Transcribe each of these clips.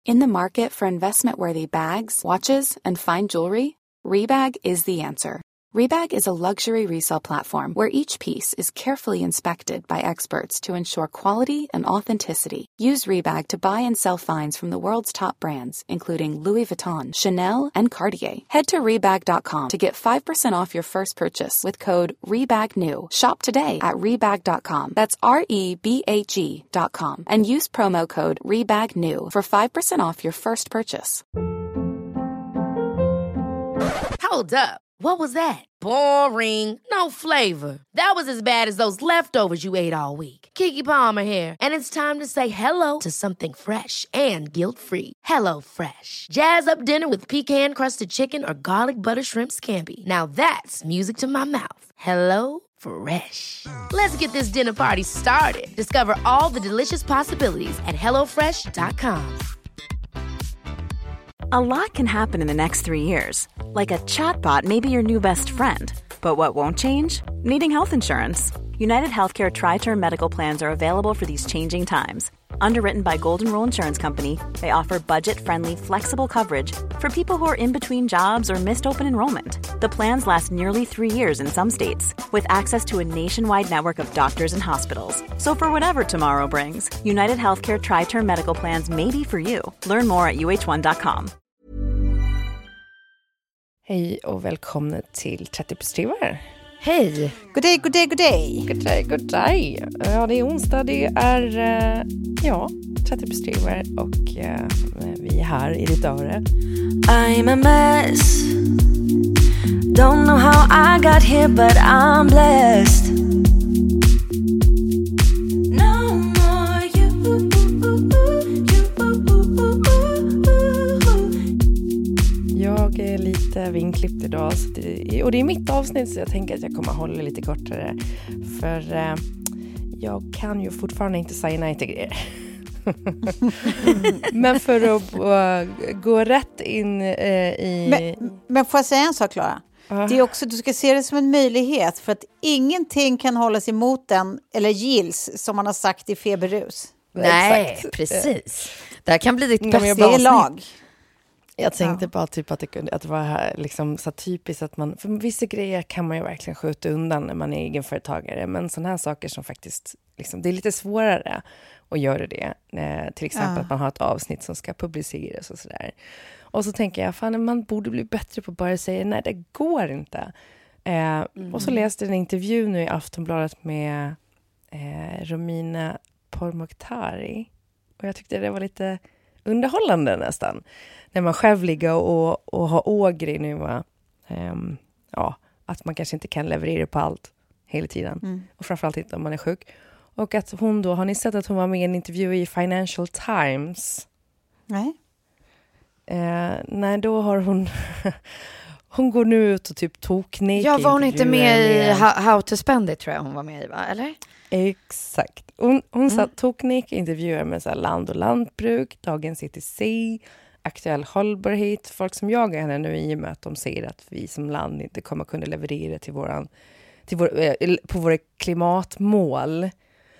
In the market for investment-worthy bags, watches, and fine jewelry, Rebag is the answer. Rebag is a luxury resale platform where each piece is carefully inspected by experts to ensure quality and authenticity. Use Rebag to buy and sell finds from the world's top brands, including Louis Vuitton, Chanel, and Cartier. Head to Rebag.com to get 5% off your first purchase with code REBAGNEW. Shop today at Rebag.com. That's REBAG.com. And use promo code REBAGNEW for 5% off your first purchase. Hold up. What was that? Boring. No flavor. That was as bad as those leftovers you ate all week. Keke Palmer here. And it's time to say hello to something fresh and guilt-free. Hello Fresh. Jazz up dinner with pecan-crusted chicken or garlic butter shrimp scampi. Now that's music to my mouth. Hello Fresh. Let's get this dinner party started. Discover all the delicious possibilities at hellofresh.com. A lot can happen in the next 3 years. Like a chatbot may be your new best friend. But what won't change? Needing health insurance. United Healthcare Tri-Term Medical Plans are available for these changing times. Underwritten by Golden Rule Insurance Company, they offer budget-friendly, flexible coverage for people who are in between jobs or missed open enrollment. The plans last nearly 3 years in some states, with access to a nationwide network of doctors and hospitals. So for whatever tomorrow brings, United Healthcare Tri-Term Medical Plans may be for you. Learn more at uh1.com. Hej och välkomna till 30 +3. Hej! God day, god day, god day. God day, god day. Ja, det är onsdag, det är 30 +3 och vi är här i ditt öre. I'm a mess. Don't know how I got here, but I'm blessed. No more you. Jag är lite vinklippt idag och det är mitt avsnitt, så jag tänker att jag kommer hålla lite kortare. För jag kan ju fortfarande inte säga nej till grejer. Men för att gå rätt in i... Men får jag säga en sak, Klara? Det är också, du ska se det som en möjlighet, för att ingenting kan hållas emot den eller gills, som man har sagt i Feberrus. Nej, Exakt. Precis. Det här kan bli ditt bästa Det är lag. Jag tänkte bara typ att det var här liksom så typiskt att man, för vissa grejer kan man ju verkligen skjuta undan när man är egenföretagare, men sådana här saker som faktiskt liksom, det är lite svårare att göra det, till exempel att man har ett avsnitt som ska publiceras och sådär. Och så tänker jag, fan, man borde bli bättre på att bara säga nej, det går inte. Och så läste jag en intervju nu i Aftonbladet med Romina Pourmokhtari, och jag tyckte det var lite underhållande nästan. När man själv ligger och har ågre nu, va? Att man kanske inte kan leverera på allt hela tiden. Och framförallt inte om man är sjuk. Och att hon då, har ni sett att hon var med i en intervju i Financial Times? Nej. Nej, då har hon... hon går nu ut och typ toknekar. Ja, var hon inte med i How to Spend It, tror jag hon var med i, va? Eller? Exakt. Hon satt toknekar intervjuer med så här Land och lantbruk, Dagens ETC, Aktuell hållbarhet, folk som jagar henne nu i och med att de säger att vi som land inte kommer kunna leverera på våra klimatmål.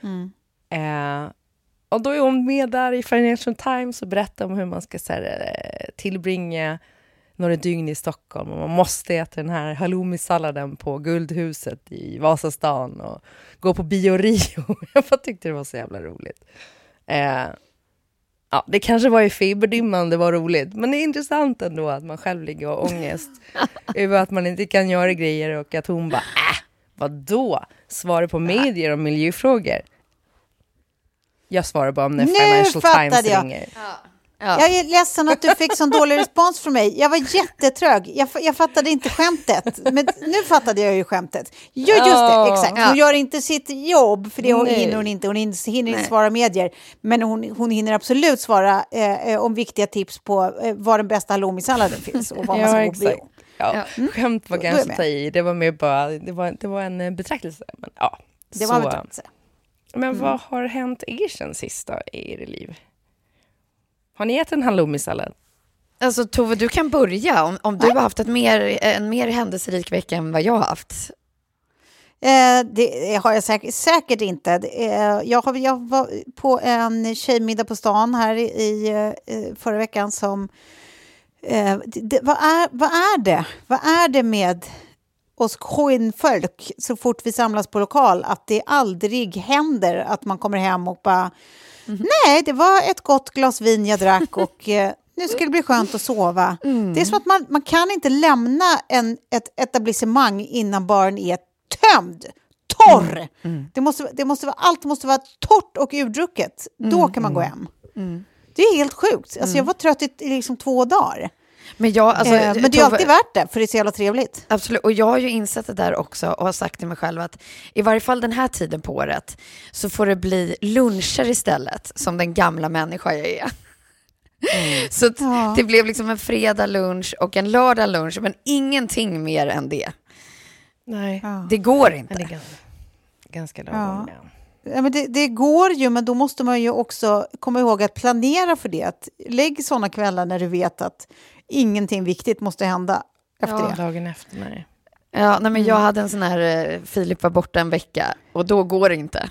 Och då är hon med där i Financial Times och berättar om hur man ska tillbringa några dygn i Stockholm, och man måste äta den här halloumi-salladen på Guldhuset i Vasastan och gå på Bio Rio. Jag bara tyckte det var så jävla roligt. Det kanske var i fiberdimman det var roligt, men det är intressant ändå att man själv ligger och ångest över att man inte kan göra grejer, och att hon bara, vadå? Svarar på medier och miljöfrågor. Jag svarar bara om när Financial Times ringer. Ja. Jag är ledsen att du fick sån dålig respons från mig. Jag var jättetrög. Jag fattade inte skämtet. Men nu fattade jag ju skämtet. Ja, just det, exakt. Hon gör inte sitt jobb, för det hinner hon inte. Hon hinner inte svara medier. Men hon hinner absolut svara om viktiga tips på var den bästa halloumi-salladen finns. Och vad man ska gå på bio. Skämt var ganska ta i. Det var mer bara, det var en betraktelse. Men, det var en betraktelse. Men vad har hänt sen sista i er liv? Har ni ätit en halloumi-sallad? Alltså Tove, du kan börja om du har haft en mer händelserik vecka än vad jag har haft. Det har jag säkert inte. Jag var på en tjejmiddag på stan här i förra veckan som... vad är det? Vad är det med oss kvinnfolk så fort vi samlas på lokal att det aldrig händer att man kommer hem och bara nej, det var ett gott glas vin jag drack och nu ska det bli skönt att sova. Det är som att man kan inte lämna ett etablissemang innan baren är tömd, torr. Allt måste vara torrt och urdrucket. Då kan man gå hem. Det är helt sjukt. Alltså, jag var trött i liksom 2 dagar. Men det är alltid värt det, för det är så jävla trevligt. Absolut, och jag har ju insett det där också och har sagt till mig själv att i varje fall den här tiden på året så får det bli luncher istället, som den gamla människa jag är. Så det blev liksom en fredag lunch och en lördag lunch, men ingenting mer än det. Nej. Det går inte. Det är ganska lagom, Ja, men det går ju, men då måste man ju också komma ihåg att planera för det. Att lägg sådana kvällar när du vet att ingenting viktigt måste hända efter det. Dagen efter, nej. Ja, nej, men jag hade en sån här Filip var borta en vecka och då går det inte.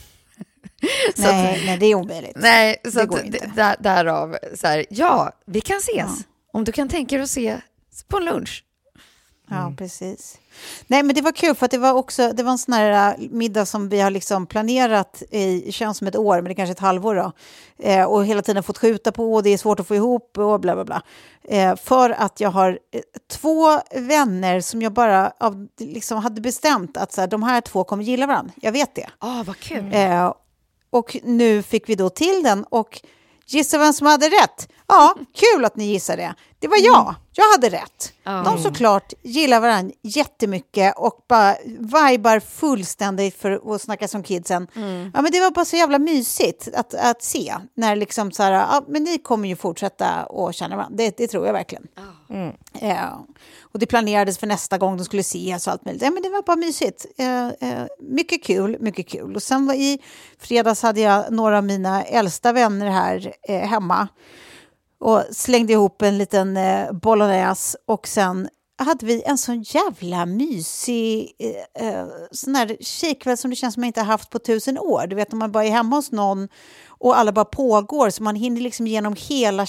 Nej, det är omöjligt. Nej, så det går inte. Därav så här, vi kan ses. Om du kan tänka dig att se på en lunch. Ja, precis. Nej, men det var kul för att det var en sån här middag som vi har liksom planerat i känns som ett år, men det är kanske ett halvår då. Och hela tiden fått skjuta på och det är svårt att få ihop och bla bla bla. För att jag har 2 vänner som jag bara liksom hade bestämt att så här, de här 2 kommer gilla varandra. Jag vet det. Vad kul. Och nu fick vi då till den och gissa vem som hade rätt. Ja, kul att ni gissade det. Det var jag. Jag hade rätt. De såklart gillar varandra jättemycket och bara vibar fullständigt för att snacka som kidsen. Ja, men det var bara så jävla mysigt att se när liksom så här, men ni kommer ju fortsätta att känna varandra. Det tror jag verkligen. Och det planerades för nästa gång de skulle ses och allt möjligt. Ja, men det var bara mysigt. Mycket kul. Och sen i fredags hade jag några av mina äldsta vänner här hemma och slängde ihop en liten bolognese och sen hade vi en sån jävla mysig sån här tjejkväll som det känns som man inte har haft på 1000 år. Du vet, om man bara är hemma hos någon och alla bara pågår så man hinner liksom genom hela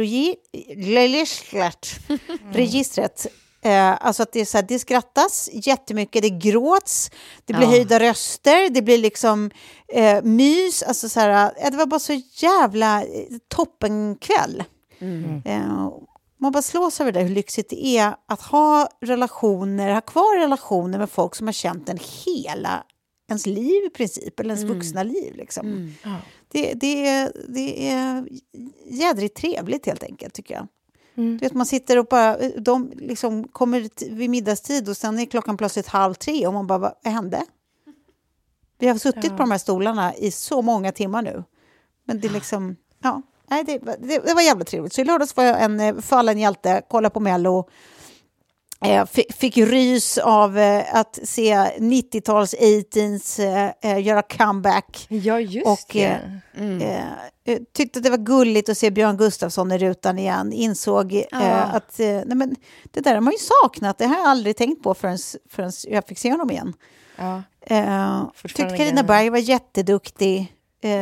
tjänsteregistret. Alltså att det är så här, det skrattas jättemycket, det gråts, det blir höjda röster, det blir liksom mys, alltså så här, det var bara så jävla toppenkväll. Man bara slås över det, hur lyxigt det är att ha kvar relationer med folk som har känt en hela ens liv i princip, eller ens vuxna liv liksom. Det är jädrigt trevligt helt enkelt, tycker jag. Du vet, man sitter och bara, de liksom kommer vid middagstid och sen är klockan plötsligt 2:30 och man bara, vad hände? Vi har suttit på de här stolarna i så många timmar nu. Men det är liksom, det var jävla trevligt. Så i lördags var jag en fallen hjälte, kolla på Mello. Fick rys av att se 90-tals 18s göra comeback. Ja, just och, det. Tyckte att det var gulligt att se Björn Gustafsson i rutan igen. Insåg att nej, men det där har man ju saknat. Det har jag aldrig tänkt på förrän jag fick se honom igen. Tyckte Carina Berg var jätteduktig.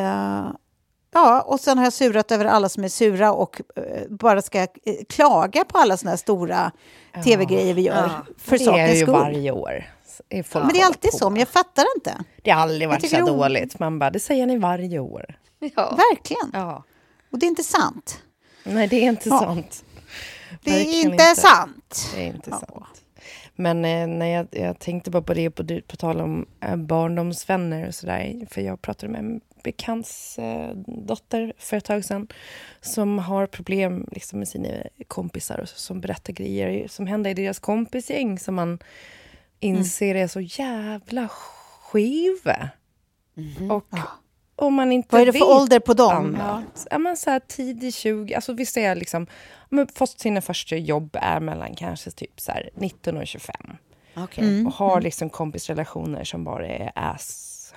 Och sen har jag surat över alla som är sura och bara ska klaga på alla såna här stora tv-grejer vi gör. För det är ju varje år. Men det är alltid så, men jag fattar inte. Det har aldrig varit så dåligt. Man bara, det säger ni varje år. Ja. Verkligen. Ja. Och det är inte sant. Nej, det är inte sant. Det är inte sant. Det är inte sant. Men när jag tänkte bara på det, på tal om barndomsvänner och sådär. För jag pratade med en bekants dotter för ett tag sedan. Som har problem liksom, med sina kompisar. Och som berättar grejer som händer i deras kompisgäng. Som man inser är så jävla skiva. Och om man inte vad är det för ålder på dem? Ja, man så här tidig 20, alltså vi ser liksom, man fått sina första jobb är mellan kanske typ så här 19 och 25. Och har liksom kompisrelationer som bara är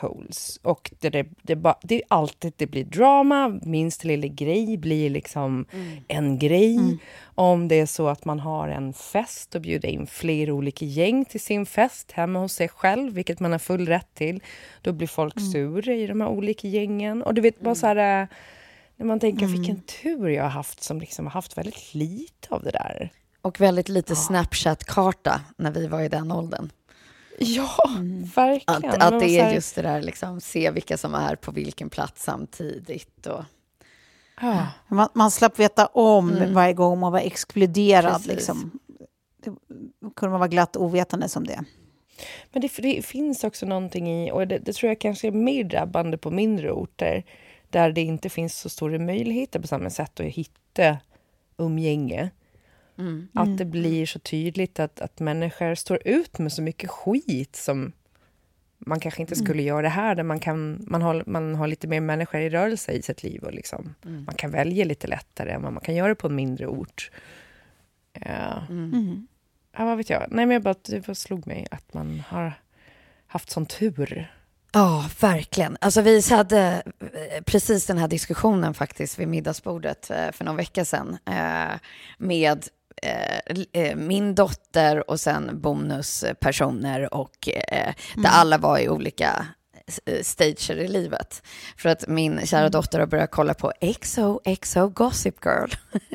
holes. Och det är alltid det blir drama. Minst lilla grej blir liksom en grej. Om det är så att man har en fest och bjuder in fler olika gäng till sin fest hemma hos sig själv, vilket man har full rätt till, då blir folk sura i de här olika gängen. Och du vet, bara så här, när man tänker vilken tur jag har haft som liksom har haft väldigt lite av det där. Och väldigt lite Snapchat-karta när vi var i den åldern. Ja, verkligen. Att det är just det där, liksom, se vilka som är på vilken plats samtidigt. Och... Man slapp veta om varje gång man var exkluderad. Liksom. Det kunde man vara glatt ovetande som det. Men det finns också någonting i, och det tror jag kanske är mer drabbande på mindre orter, där det inte finns så stora möjligheter på samma sätt att hitta umgänge. Att det blir så tydligt att människor står ut med så mycket skit som man kanske inte skulle göra här, där man har lite mer människor i rörelse i sitt liv och liksom, man kan välja lite lättare än vad man kan göra på en mindre ort. Ja, vad vet jag. Nej, men det slog mig att man har haft sån tur. Ja, verkligen. Alltså vi hade precis den här diskussionen faktiskt vid middagsbordet för någon vecka sedan med min dotter och sen bonuspersoner och där alla var i olika stager i livet. För att min kära dotter har börjat kolla på XOXO Gossip Girl.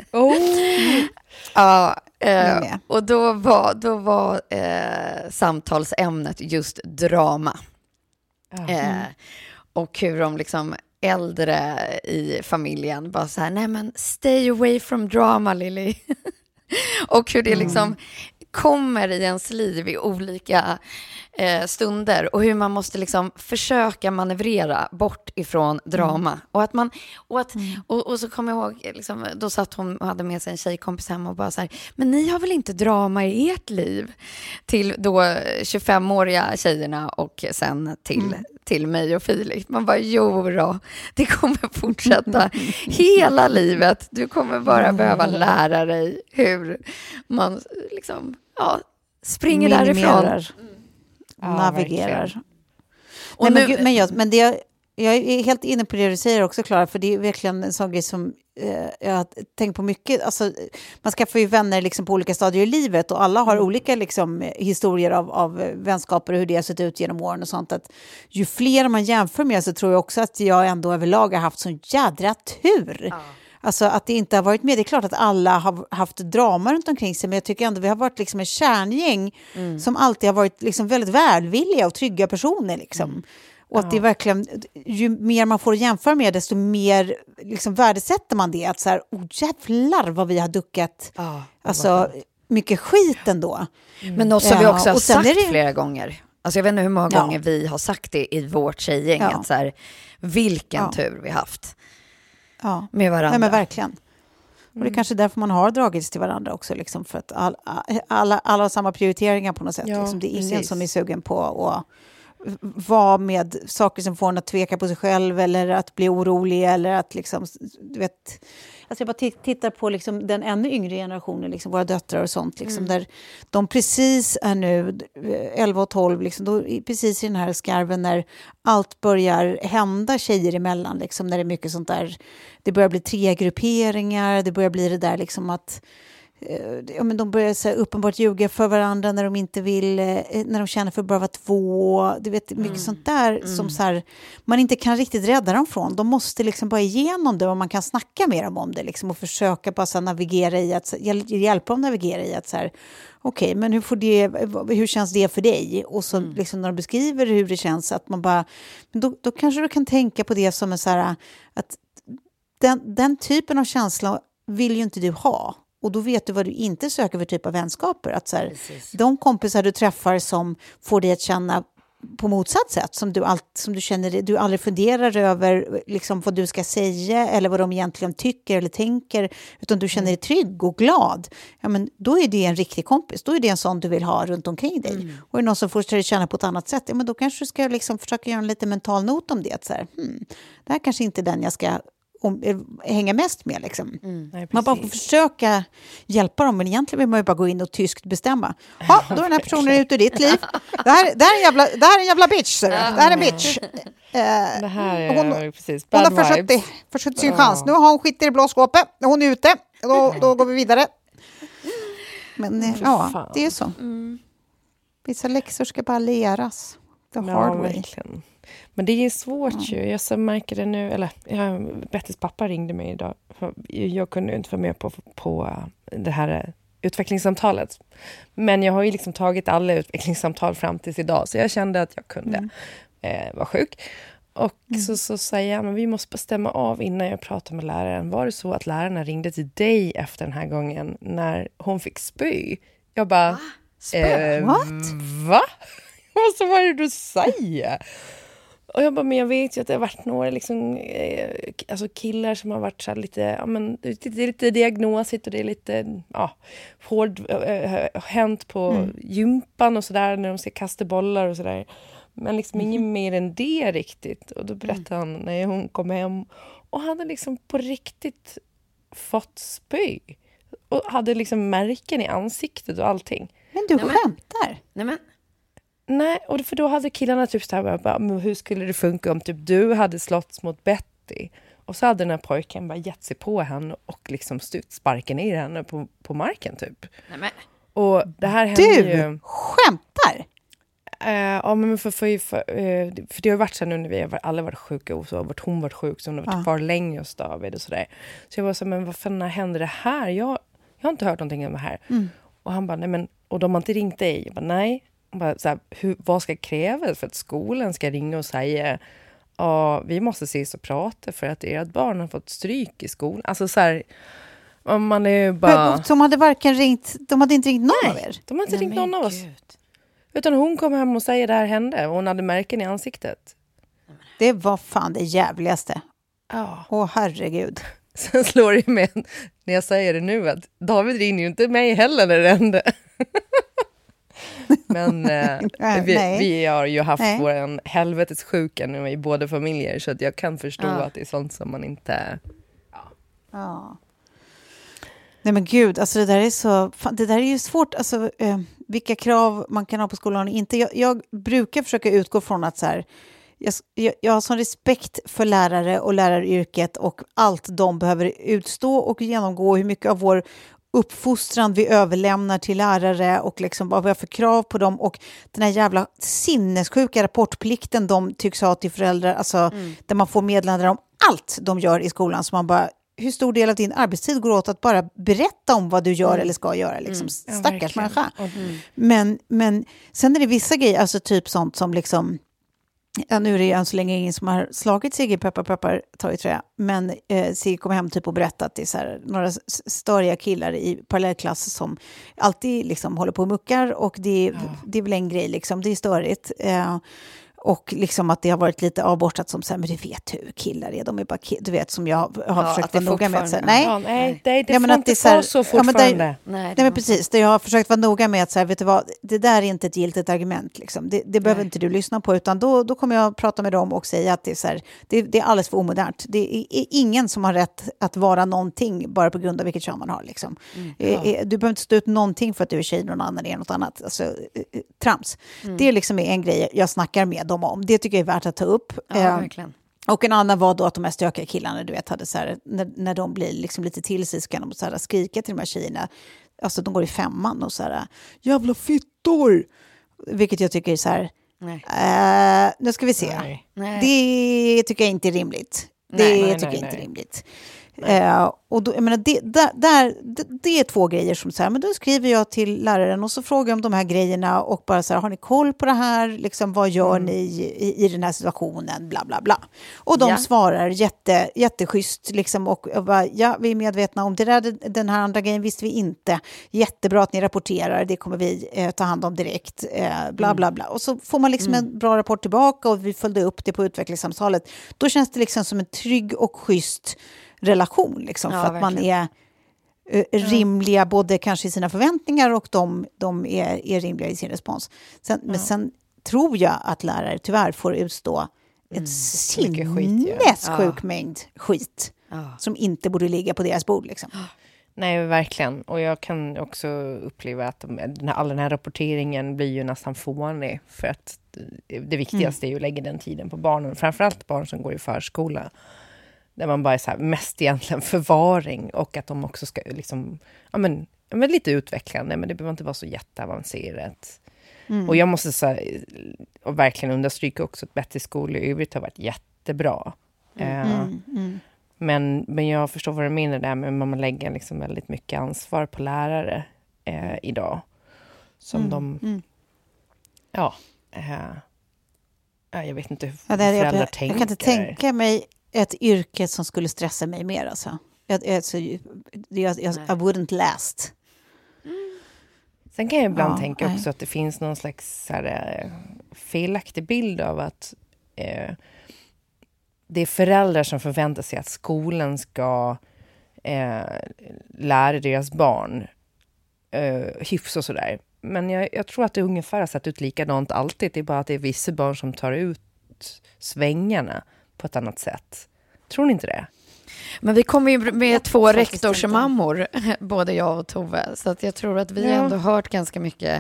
Ja, och då var samtalsämnet just drama. Och hur de liksom äldre i familjen bara så här, nej men stay away from drama, Lily. Och hur det liksom kommer i ens liv i olika stunder och hur man måste liksom försöka manövrera bort ifrån drama. Och så kommer jag ihåg liksom, då satt hon och hade med sig en tjejkompis hem och bara så här, men ni har väl inte drama i ert liv? Till då 25-åriga tjejerna och sen till mig och Filip. Man bara, jo då, det kommer fortsätta hela livet. Du kommer bara behöva lära dig hur man liksom, springer därifrån. Navigerar. Och nej, men jag är helt inne på det du säger också, Klara, för det är verkligen en sån grej som jag har tänkt på mycket. Alltså, man skaffar ju vänner liksom på olika stadier i livet och alla har olika liksom, historier av vänskaper och hur det har sett ut genom åren och sånt. Att ju fler man jämför med så tror jag också att jag ändå överlag har haft sån jädra tur. Alltså att det inte har varit med. Det är klart att alla har haft drama runt omkring sig, men jag tycker ändå vi har varit liksom en kärngäng som alltid har varit liksom väldigt välvilliga och trygga personer liksom. Och att det är verkligen, ju mer man får jämföra med, desto mer liksom värdesätter man det. Att så här, jävlar vad vi har duckat alltså, mycket skit ändå. Men något som vi också har sagt flera gånger. Alltså jag vet inte hur många gånger vi har sagt det i vårt tjejgäng. Att så här, vilken tur vi haft med varandra. Nej, men verkligen. Och det är kanske därför man har dragits till varandra också. Liksom, för att alla har samma prioriteringar på något sätt. Liksom, det är ingen som är sugen på att vara med saker som får en att tveka på sig själv eller att bli orolig eller att liksom, du vet, alltså jag bara tittar på liksom den ännu yngre generationen, liksom våra döttrar och sånt, liksom, där de precis är nu 11 och 12, liksom, då, precis i den här skarven när allt börjar hända tjejer emellan, liksom, när det är mycket sånt där, det börjar bli 3-grupperingar, det börjar bli det där liksom att men de börjar så här, uppenbart ljuga för varandra när de inte vill, när de känner för att bara vara 2, du vet, mycket sånt där som så här, man inte kan riktigt rädda dem från. De måste liksom bara igenom det och man kan snacka med dem om det liksom, och försöka bara så här, navigera i att hjälpa dem navigera i att så här, okej, men hur känns det för dig? Och så liksom när de beskriver hur det känns, att man bara, men då kanske du kan tänka på det som en så här, att den typen av känsla vill ju inte du ha. Och då vet du vad du inte söker för typ av vänskaper. Att så här, de kompisar du träffar som får dig att känna på motsatt sätt. Som du känner, du aldrig funderar över liksom, vad du ska säga. Eller vad de egentligen tycker eller tänker. Utan du känner dig trygg och glad. Ja, men då är det en riktig kompis. Då är det en sån du vill ha runt omkring dig. Och är det någon som får dig känna på ett annat sätt. Ja, men då kanske du ska liksom försöka göra en lite mental not om det. Att så här, det här kanske inte är den jag ska hänga mest med. Liksom. Nej, man bara får försöka hjälpa dem, men egentligen vill man ju bara gå in och tyskt bestämma. Ja, då är den här personen ute ur ditt liv. Det här är en jävla bitch. Det här är en bitch. Det här är hon, precis. Hon har försökt sin chans. Nu har hon skit i det blå skåpet. Hon är ute. Då går vi vidare. Men det är så. Vissa läxor ska bara läras. The hard way. Verkligen. Men det är svårt ju. Jag så märker det nu. Eller Bettys pappa ringde mig idag. Jag kunde inte vara med på det här utvecklingssamtalet. Men jag har ju liksom tagit alla utvecklingssamtal fram tills idag. Så jag kände att jag kunde vara sjuk. Och så säger jag, men vi måste bestämma av innan jag pratar med läraren. Var det så att lärarna ringde till dig efter den här gången när hon fick spy? Jag bara, va? Vad var det du säger? Och jag bara, men jag vet ju att det har varit några liksom, alltså killar som har varit så här lite, ja men det är lite diagnosigt och det är lite hård hänt på gympan och sådär när de ska kasta bollar och sådär. Men liksom inget mer än det riktigt. Och då berättade han när hon kom hem och hade liksom på riktigt fått spy. Och hade liksom märken i ansiktet och allting. Men du skämtar? Nej, och för då hade killarna typ så här bara, men hur skulle det funka om typ du hade slått mot Betty? Och så hade den här pojken bara gett sig på henne och liksom studsparken i henne på marken typ. Nämen. Och det här hände ju... Du skämtar? Ja, men för det har varit så här nu när vi har alla varit sjuka och så har hon varit sjuk så hon har varit kvar länge hos David och sådär. Så jag var så men vad fan händer det här? Jag har inte hört någonting om det här. Och han bara, nej men, och de har inte ringt dig? Jag bara, nej. Bara, så här, vad ska krävas för att skolan ska ringa och säga vi måste ses och prata för att ert barn har fått stryk i skolan. Alltså så här, man är ju bara... De hade inte ringt någon av er? De hade inte ringt någon av oss. Utan hon kom hem och säger det här hände och hon hade märken i ansiktet. Det var fan det jävligaste. Åh herregud. Sen slår det med när jag säger det nu att David rinner ju inte mig heller när det hände. Men vi har ju haft vår helvetes sjuka nu i båda familjer så att jag kan förstå att det är sånt som man inte... Nej men gud, alltså det där är ju svårt, alltså vilka krav man kan ha på skolan och inte. Jag brukar försöka utgå från att så här, jag har sån respekt för lärare och läraryrket och allt de behöver utstå och genomgå, hur mycket av vår uppfostran vi överlämnar till lärare och liksom vad vi har för krav på dem och den här jävla sinnessjuka rapportplikten de tycks ha till föräldrar, alltså där man får meddelanden om allt de gör i skolan, så man bara, hur stor del av din arbetstid går åt att bara berätta om vad du gör eller ska göra, liksom stackars människa. Men sen är det vissa grejer, alltså typ sånt som liksom, nu är det än så länge ingen som har slagit Sigge peppar tar i trä, men Sigge kom hem typ och berättat att det är så här, några störiga killar i parallellklass som alltid liksom håller på och muckar och det är väl en grej liksom, det är störigt. Och liksom att det har varit lite avbortat som så här, men du vet hur killar är, de är bara du vet, som jag har försökt vara noga med. Så, nej, det får inte vara så fortfarande. Nej, men precis, det jag har försökt vara noga med att så här, vet du vad, det där är inte ett giltigt argument. Liksom. Det behöver inte du lyssna på, utan då kommer jag prata med dem och säga att det är, så här, det är alldeles för omodernt. Det är ingen som har rätt att vara någonting bara på grund av vilket kön man har. Liksom. Du behöver inte stå ut någonting för att du är tjej, någon annan är något annat. Alltså, trams. Det liksom är en grej jag snackar med dem om. Det tycker jag är värt att ta upp. Verkligen. Och en annan var då att de här stökiga killarna, du vet, hade så här, när de blir liksom lite till sig så kan de så här skrika till de här tjejerna. Alltså de går i 5:an och så här, jävla fittor! Vilket jag tycker är så här, nu ska vi se. Nej. Det tycker jag inte är rimligt. Det tycker jag inte är rimligt. Och då, jag menar, det är två grejer som så här, men då skriver jag till läraren och så frågar jag om de här grejerna och bara så här, har ni koll på det här, liksom, vad gör ni i den här situationen, bla bla bla. Och de svarar jätteschysst liksom, och bara, ja, vi är medvetna om det där, den här andra grejen visste vi inte, jättebra att ni rapporterar, det kommer vi ta hand om direkt, bla bla bla. Och så får man liksom en bra rapport tillbaka och vi följde upp det på utvecklingssamtalet. Då känns det liksom som en trygg och schysst relation liksom, för att man är rimliga både kanske i sina förväntningar och de är rimliga i sin respons. Men sen tror jag att lärare tyvärr får utstå ett sinnessjuk mängd skit. som inte borde ligga på deras bord liksom. Nej, verkligen. Och jag kan också uppleva att all den här rapporteringen blir ju nästan fånig. För att det viktigaste är ju att lägga den tiden på barnen. Framförallt barn som går i förskola. Där man bara är så här, mest egentligen förvaring. Och att de också ska liksom, men lite utvecklande. Men det behöver inte vara så jätteavancerat. Och jag måste säga, och verkligen understryka också att Betty skola i övrigt har varit jättebra. Men jag förstår vad du menar där med att man lägger liksom väldigt mycket ansvar på lärare idag. Som jag vet inte hur föräldrar tänker. Jag kan inte tänka mig ett yrke som skulle stressa mig mer. Alltså. I wouldn't last. Sen kan jag ibland tänka också att det finns någon slags felaktig bild av att det är föräldrar som förväntar sig att skolan ska lära deras barn hyfs och sådär. Men jag tror att det ungefär har sett ut likadant alltid. Det är bara att det är vissa barn som tar ut svängarna på ett annat sätt. Tror ni inte det? Men vi kommer ju med 2 rektorsmammor, både jag och Tove. Så att jag tror att vi ändå hört ganska mycket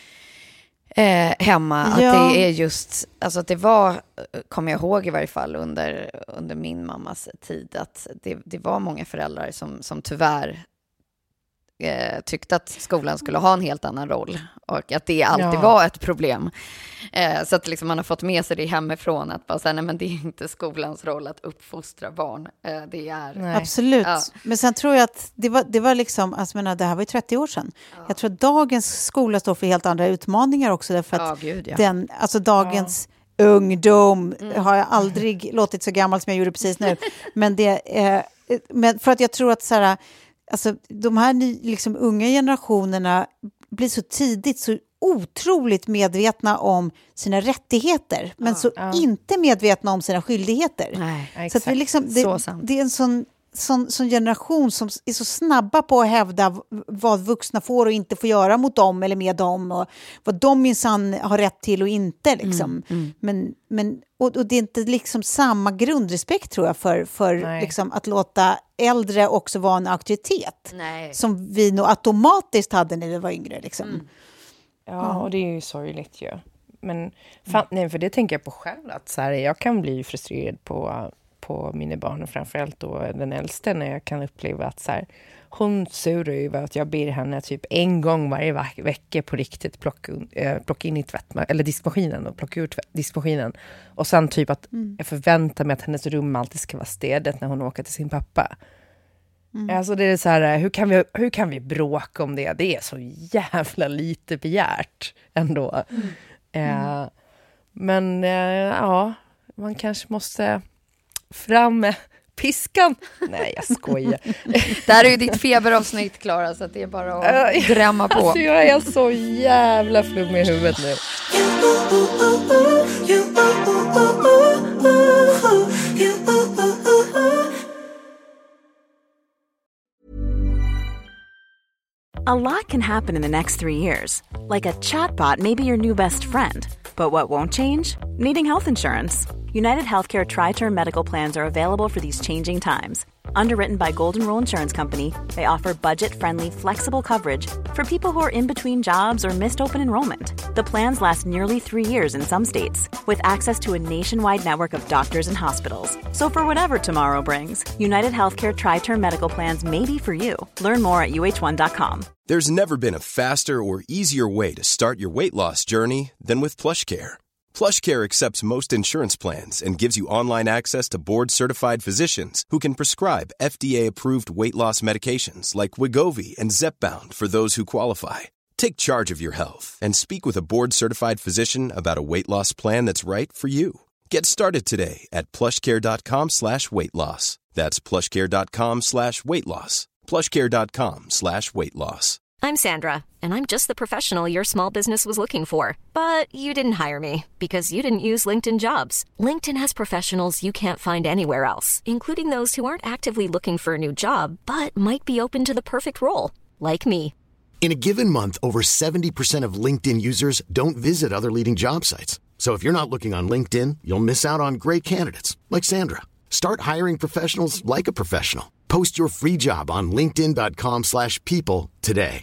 hemma. Att det är just, alltså att det var, kommer jag ihåg i varje fall under min mammas tid, att det var många föräldrar som tyvärr tyckte att skolan skulle ha en helt annan roll och att det alltid var ett problem. Så att liksom man har fått med sig det hemifrån att bara säga, nej men det är inte skolans roll att uppfostra barn. Det är... Absolut. Ja. Men sen tror jag att det var liksom, alltså det här var ju 30 år sedan. Jag tror att dagens skola står för helt andra utmaningar också därför att dagens ungdom har jag aldrig låtit så gammal som jag gjorde precis nu. Men men för att jag tror att så här, alltså, de här liksom unga generationerna blir så tidigt så otroligt medvetna om sina rättigheter men så inte medvetna om sina skyldigheter. Nej, så att det är en sån generation som är så snabba på att hävda vad vuxna får och inte får göra mot dem eller med dem och vad de minsann har rätt till och inte liksom. Men och det är inte liksom samma grundrespekt tror jag för liksom att låta äldre också vara en auktoritet som vi nog automatiskt hade när vi var yngre liksom. Ja, och det är ju sorgligt ju. Men för det tänker jag på själv att så här, jag kan bli frustrerad på mina barn och framförallt då den äldste när jag kan uppleva att så här, hon surar över att jag ber henne typ en gång varje vecka på riktigt plocka in i eller diskmaskinen och plocka ut diskmaskinen och sen typ att jag förväntar mig att hennes rum alltid ska vara städat när hon åker till sin pappa. Alltså det är så här, hur kan vi bråka om det? Det är så jävla lite begärt ändå. Men man kanske måste fram med piskan. Nej, jag skojar. Det här är ju ditt feberavsnitt, Klara, så att det är bara att drämma på. Alltså, jag är så jävla flummig i huvudet nu. A lot can happen in the next 3 years. Like a chatbot may be your new best friend. But what won't change? Needing health insurance. United Healthcare Tri-Term Medical Plans are available for these changing times. Underwritten by Golden Rule Insurance Company, they offer budget-friendly, flexible coverage for people who are in between jobs or missed open enrollment. The plans last nearly 3 years in some states, with access to a nationwide network of doctors and hospitals. So for whatever tomorrow brings, United Healthcare Tri-Term Medical Plans may be for you. Learn more at uh1.com. There's never been a faster or easier way to start your weight loss journey than with PlushCare. PlushCare accepts most insurance plans and gives you online access to board-certified physicians who can prescribe FDA-approved weight loss medications like Wegovy and Zepbound for those who qualify. Take charge of your health and speak with a board-certified physician about a weight loss plan that's right for you. Get started today at plushcare.com/weightloss. That's plushcare.com/weightloss. plushcare.com/weightloss. I'm Sandra, and I'm just the professional your small business was looking for. But you didn't hire me because you didn't use LinkedIn Jobs. LinkedIn has professionals you can't find anywhere else, including those who aren't actively looking for a new job, but might be open to the perfect role, like me. In a given month, over 70% of LinkedIn users don't visit other leading job sites. So if you're not looking on LinkedIn, you'll miss out on great candidates, like Sandra. Start hiring professionals like a professional. Post your free job on linkedin.com/people today.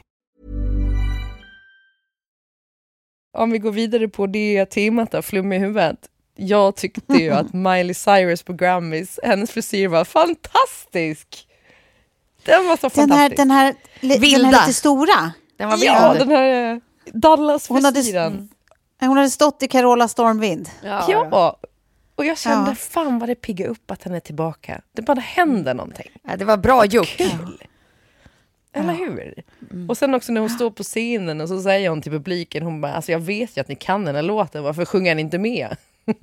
Om vi går vidare på det temat där, flum i huvudet. Jag tyckte ju att Miley Cyrus på Grammys, hennes frisyr var fantastisk. Den var så fantastisk. Den här lite stora. Den var ja, den här Dallas-frisyren. Hon hade stått i Carola Stormvind. Ja. Och jag kände, fan vad det piggar upp att den är tillbaka. Det bara händer någonting. Ja, det var bra gjort. Kul. Eller hur? Och sen också när hon står på scenen och så säger hon till publiken, hon bara, alltså jag vet ju att ni kan den här låten, varför sjunger ni inte med?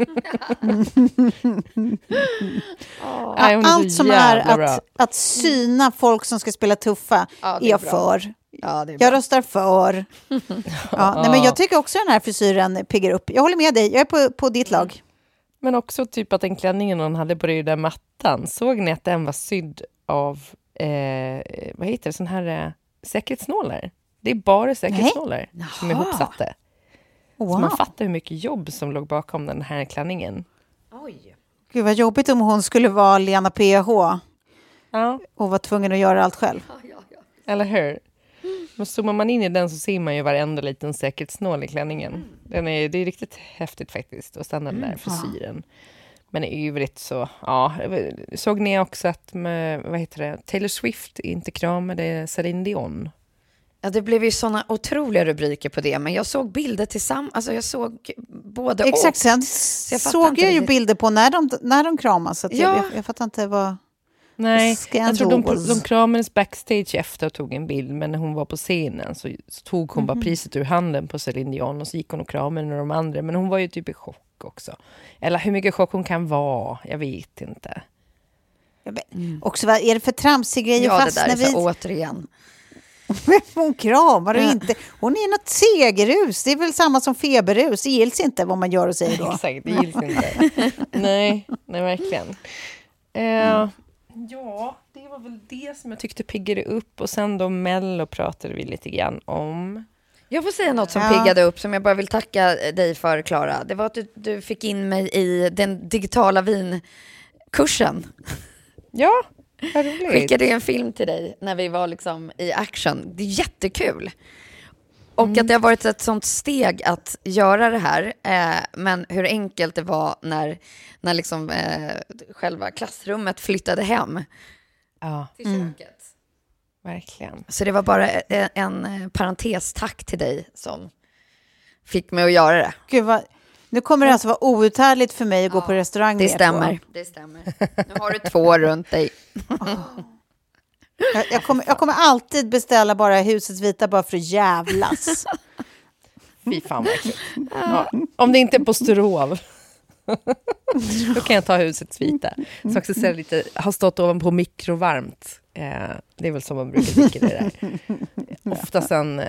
Allt som är att syna folk som ska spela tuffa är jag för. Ja, det är jag röstar för. Nej, men jag tycker också den här frisyren piggar upp. Jag håller med dig, jag är på ditt lag. Men också typ att den klänningen hon hade på den där mattan, såg ni att den var sydd av vad heter det, sån här säkerhetsnålar? Det är bara säkerhetsnålar som är ihopsatta. Wow. Så man fattar hur mycket jobb som låg bakom den här klänningen. Oj. Gud vad jobbigt om hon skulle vara Lena PH. Ja. Och var tvungen att göra allt själv. Eller hur? Men zoomar man in i den så ser man ju varenda liten säkerhetsnål i klänningen. Det är riktigt häftigt faktiskt. Och sen den där frisyren. Men i övrigt så, såg ni också att Taylor Swift inte kramade Celine Dion? Ja, det blev ju såna otroliga rubriker på det, men jag såg bilder tillsammans, alltså jag såg både exakt, sen såg jag ju bilder på när de kramas, så att jag fattar inte vad. Nej, jag tror de kramades backstage efter och tog en bild, men när hon var på scenen så tog hon bara priset ur handen på Celine Dion och så gick hon och kramade med de andra, men hon var ju typ i chock också. Eller hur mycket chock hon kan vara, jag vet inte. Också, vad är det för tramsig grej att fastna vid? Ja, det där är så återigen. Hon kramar och inte. Hon är något segerrus. Det är väl samma som feberrus. Det gills inte vad man gör och säger då. Exakt, det gills inte. nej, verkligen. Ja, det var väl det som jag tyckte piggade upp. Och sen då Mello pratade vi lite grann om. Jag får säga något som piggade upp, som jag bara vill tacka dig för, Klara. Det var att du fick in mig i den digitala vinkursen. Ja, skickade en film till dig när vi var liksom i action. Det är jättekul. Och att det har varit ett sånt steg att göra det här. Men hur enkelt det var när liksom, själva klassrummet flyttade hem till köket. Verkligen. Så det var bara en parentes, tack till dig som fick mig att göra det. Gud, nu kommer det alltså vara outhärdligt för mig att gå på restaurang. Det stämmer. Nu har du 2 runt dig. Jag kommer alltid beställa bara Husets Vita bara för att jävlas. Fy fan verkligen. Ja, om det inte är på Sturov. Då kan jag ta Husets Vita. Så också säga lite, har stått ovanpå mikrovarmt. Det är väl som man brukar tycka det där. Ofta sen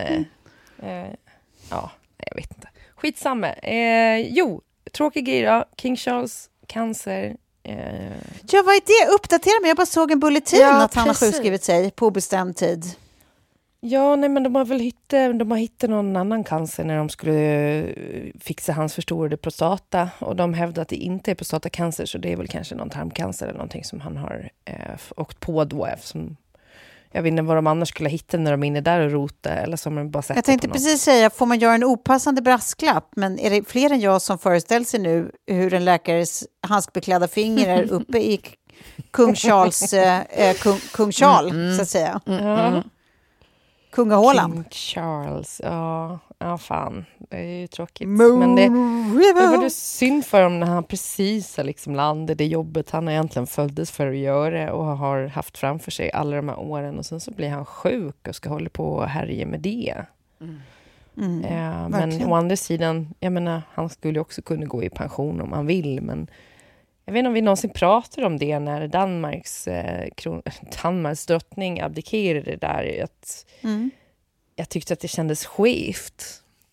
jag vet inte. Skitsamma. Tråkig grej då. King Charles cancer. Ja, vad är det? Uppdatera mig. Jag bara såg en bulletin att han har sjukskrivit sig på obestämd tid. Ja, nej, men de har hittat någon annan cancer när de skulle fixa hans förstorade prostata. Och de hävdar att det inte är prostatacancer, så det är väl kanske någon tarmcancer eller någonting som han har åkt på då. Eftersom jag vet inte vad de annars skulle hitta när de är inne där och rota. Eller som de bara jag tänkte precis säga, får man göra en opassande brasklapp? Men är det fler än jag som föreställer sig nu hur en läkares handskbeklädda finger är uppe i kung Charles, kung Charles så att säga. Kungahålan. King Charles, ja fan, det är ju tråkigt. Men det var det synd för honom när han precis har liksom landat det jobbet han egentligen föddes för att göra och har haft framför sig alla de här åren, och sen så blir han sjuk och ska hålla på och härja med det. Men å andra sidan, jag menar, han skulle också kunna gå i pension om han vill, men jag vet inte om vi någonsin pratar om det när Danmarks drottning abdikerade där. Jag tyckte att det kändes skevt.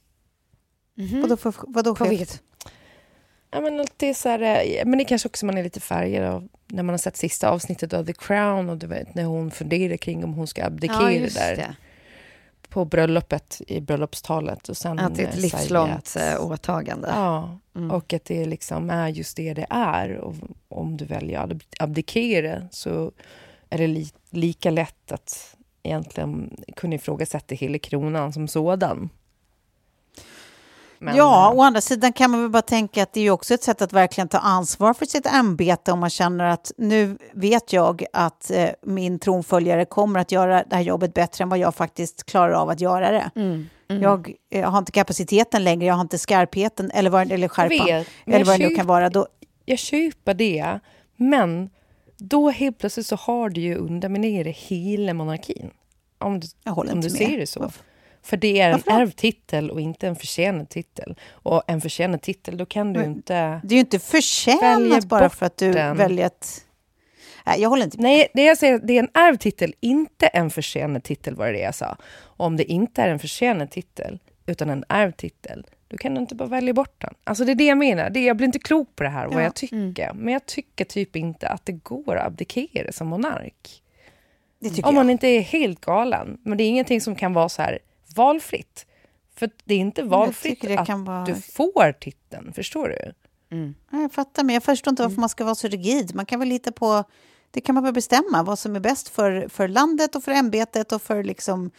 Vadå skevt? Ja, men det är så här, men det kanske också man är lite färgad av när man har sett sista avsnittet av The Crown och du vet när hon funderar kring om hon ska abdikera där. på bröllopet i bröllopstalet. Och sen att det är ett livslångt åtagande. Ja, och att det liksom är just det är. Och om du väljer att abdikera så är det lika lätt att egentligen kunna ifrågasätta hela kronan som sådan. Men, ja, å andra sidan kan man väl bara tänka att det är ju också ett sätt att verkligen ta ansvar för sitt ämbete om man känner att nu vet jag att min tronföljare kommer att göra det här jobbet bättre än vad jag faktiskt klarar av att göra det. Jag har inte kapaciteten längre, jag har inte skarpheten eller skärpan eller vad det nu kan vara. Jag köper det, men då helt plötsligt så har du ju underminerat hela monarkin. Om du ser det så. Varför? För det är en ärvtitel och inte en förtjänad titel. Och en förtjänad titel, då kan du inte... Det är ju inte förtjänat bara för att du väljer ett... Nej, jag håller inte med. Nej, det jag säger, det är en ärvtitel, inte en förtjänad titel, var det jag sa. Och om det inte är en förtjänad titel, utan en ärvtitel, då kan du inte bara välja bort den. Alltså det är det jag menar. Jag blir inte klok på det här, vad jag tycker. Men jag tycker typ inte att det går att abdikera som monark. Om man inte är helt galen. Men det är ingenting som kan vara så här valfritt. För det är inte valfritt att du får titeln, förstår du? Jag fattar, men jag förstår inte varför man ska vara så rigid. Man kan väl hitta på, det kan man väl bestämma vad som är bäst för landet och för ämbetet och för liksom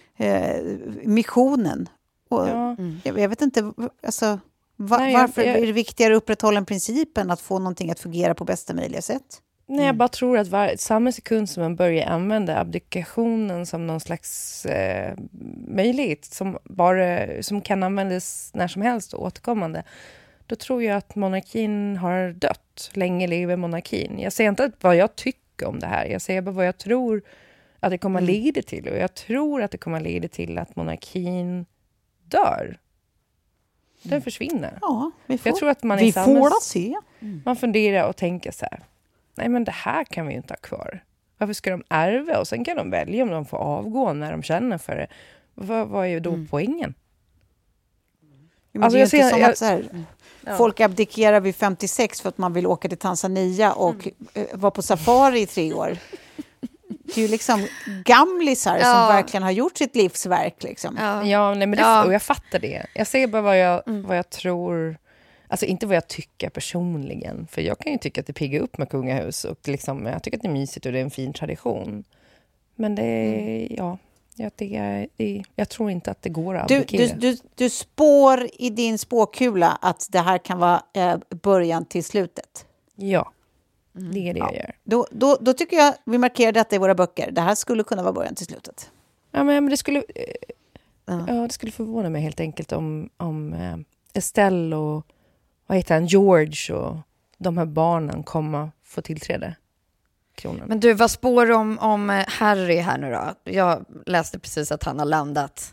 missionen. Och jag vet inte, alltså, varför är det viktigare att upprätthålla principen att få någonting att fungera på bästa möjliga sätt? Nej, jag bara tror att samma sekund som man börjar använda abdikationen som någon slags möjlighet som kan användas när som helst och återkommande, då tror jag att monarkin har dött. Länge lever monarkin. Jag säger inte vad jag tycker om det här. Jag säger bara vad jag tror att det kommer att leda till. Och jag tror att det kommer att leda till att monarkin dör. Den försvinner. Ja, vi får, jag tror att man får se. Man funderar och tänker så här: nej, men det här kan vi ju inte ha kvar. Varför ska de ärva? Och sen kan de välja om de får avgå när de känner för det. Vad är ju då poängen? Ja, alltså, det är inte som att så här, folk abdikerar vid 56 för att man vill åka till Tanzania och vara på safari i 3 år. Det är ju liksom gamlisar som verkligen har gjort sitt livsverk. Liksom. Nej, men och jag fattar det. Jag säger bara vad jag tror... Alltså inte vad jag tycker personligen. För jag kan ju tycka att det piggar upp med kungahus. Och liksom, jag tycker att det är mysigt och det är en fin tradition. Men det är... jag tror inte att det går att abdikera. Du spår i din spåkula att det här kan vara början till slutet. Ja, det är det jag gör. Då tycker jag vi markerar detta i våra böcker. Det här skulle kunna vara början till slutet. Ja, men det skulle... det skulle förvåna mig helt enkelt om Estelle och vad heter han, George och de här barnen kommer få tillträde kronan. Men du, vad spår om Harry här nu då? Jag läste precis att han har landat.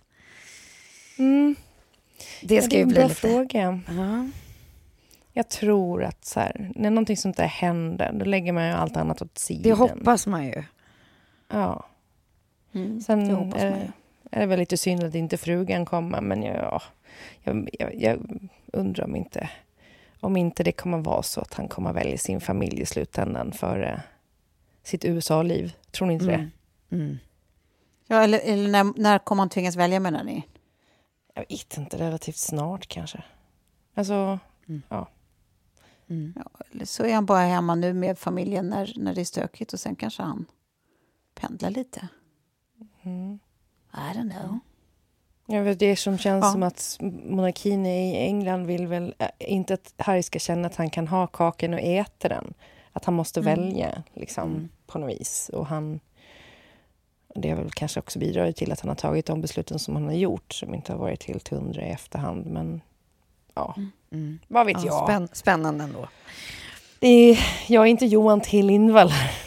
Det ska ju bli lite... fråga. Jag tror att så här, när någonting sånt där händer, då lägger man ju allt annat åt sidan. Det hoppas man ju. Ja. Sen det hoppas man ju. Är det väl lite synd att inte frugan kommer, men jag undrar om inte det kommer vara så att han kommer välja sin familj i slutändan för sitt USA-liv. Tror ni inte det? Ja, eller när kommer han tvingas välja, menar ni? Jag vet inte, relativt snart kanske. Alltså, Ja, eller så är han bara hemma nu med familjen när det är stökigt och sen kanske han pendlar lite. I don't know. Jag vet, det som känns som att monarkin i England vill väl inte att Harry ska känna att han kan ha kakan och äta den. Att han måste välja liksom, på något vis. Och det har väl kanske också bidragit till att han har tagit de besluten som han har gjort, som inte har varit helt 100 i efterhand. Men vad vet jag? Spännande ändå. Jag är inte Johan T. Lindvall.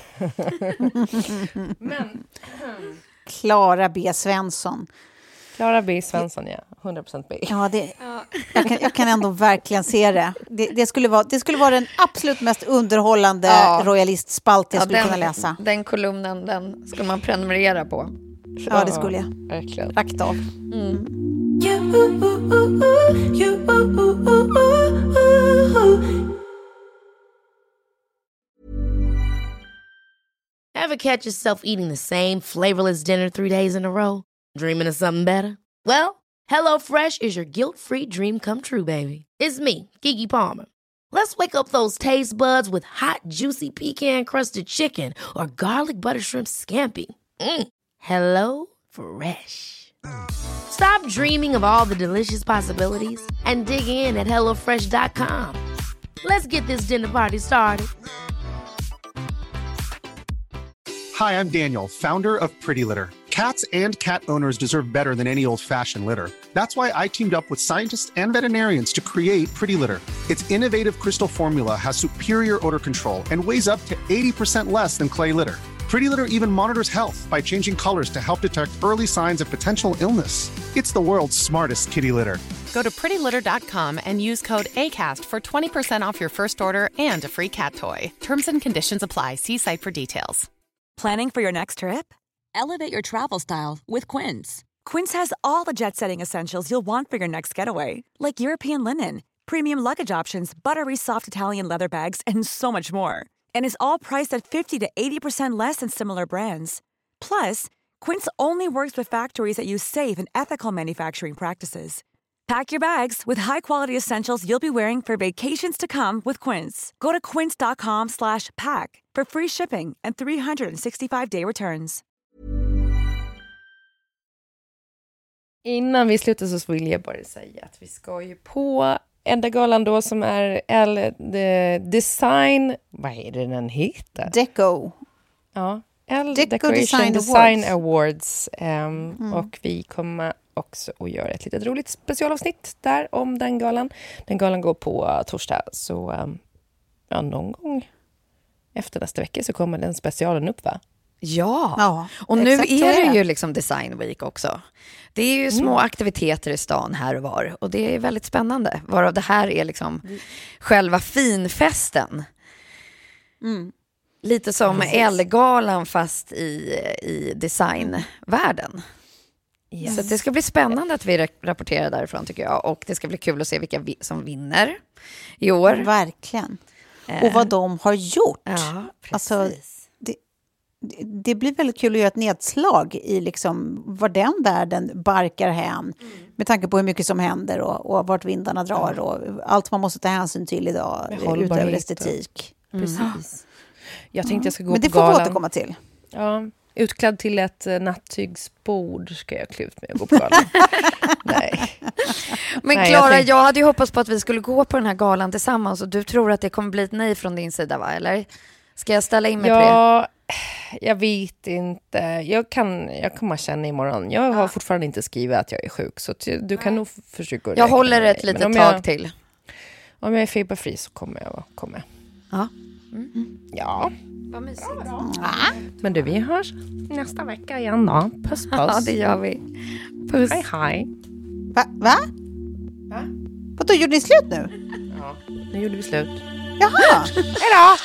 Men Clara B. Svensson. Clara B. Svensson, ja. 100% B. Ja, jag kan ändå verkligen se det. Det skulle vara den absolut mest underhållande royalistspalt jag skulle kunna läsa. Den kolumnen, den skulle man prenumerera på. Ja, det skulle jag. Verkligen. Rakt av. Ever catch yourself eating the same flavorless dinner 3 days in a row? Dreaming of something better? Well, HelloFresh is your guilt-free dream come true, baby. It's me, Keke Palmer. Let's wake up those taste buds with hot, juicy pecan-crusted chicken or garlic butter shrimp scampi. Hello Fresh. Stop dreaming of all the delicious possibilities and dig in at HelloFresh.com. Let's get this dinner party started. Hi, I'm Daniel, founder of Pretty Litter. Cats and cat owners deserve better than any old-fashioned litter. That's why I teamed up with scientists and veterinarians to create Pretty Litter. Its innovative crystal formula has superior odor control and weighs up to 80% less than clay litter. Pretty Litter even monitors health by changing colors to help detect early signs of potential illness. It's the world's smartest kitty litter. Go to prettylitter.com and use code ACAST for 20% off your first order and a free cat toy. Terms and conditions apply. See site for details. Planning for your next trip? Elevate your travel style with Quince. Quince has all the jet-setting essentials you'll want for your next getaway, like European linen, premium luggage options, buttery soft Italian leather bags, and so much more. And is all priced at 50 to 80% less than similar brands. Plus, Quince only works with factories that use safe and ethical manufacturing practices. Pack your bags with high-quality essentials you'll be wearing for vacations to come with Quince. Go to quince.com/pack for free shipping and 365-day returns. Innan vi slutar så vill jag bara säga att vi ska ju på Edda-galan då som är Design... Vad är det den heter? Deco. Ja, Decoration Design Awards. Och vi kommer också att göra ett litet roligt specialavsnitt där om den galan. Den galan går på torsdag, så någon gång efter nästa vecka så kommer den specialen upp, va? Ja, och nu är det ju liksom Design Week också. Det är ju små aktiviteter i stan här och var. Och det är väldigt spännande. Varav det här är liksom själva finfesten. Lite som Ellegalan fast i designvärlden. Yes. Så det ska bli spännande att vi rapporterar därifrån, tycker jag. Och det ska bli kul att se vilka som vinner i år. Verkligen. Och vad de har gjort. Ja, precis. Alltså, det blir väldigt kul att göra ett nedslag i liksom var den världen barkar hän. Med tanke på hur mycket som händer och vart vindarna drar. Och allt man måste ta hänsyn till idag utöver estetik. Precis. Jag tänkte jag ska gå Men det på får galan. vi återkomma till. Ja, utklädd till ett nattygsbord ska jag klä ut med och gå på galan. Nej. Men Klara, jag hade ju hoppats på att vi skulle gå på den här galan tillsammans. Och du tror att det kommer bli ett nej från din sida, va? Eller ska jag ställa in mig på det? Jag vet inte. Jag kommer känna imorgon. Jag har fortfarande inte skrivit att jag är sjuk. Så du kan nog försöka Jag håller ett litet tag till. Om jag är feberfri så kommer jag. Ja. Ja. Vad mysigt. Men du, vi hörs nästa vecka igen då. Puss. Ja, det gör vi. Puss. Hej. Va? Vadå, gjorde ni slut nu? Ja, nu gjorde vi slut. Jaha. Hej då!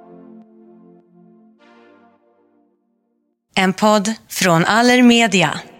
En podd från Allermedia.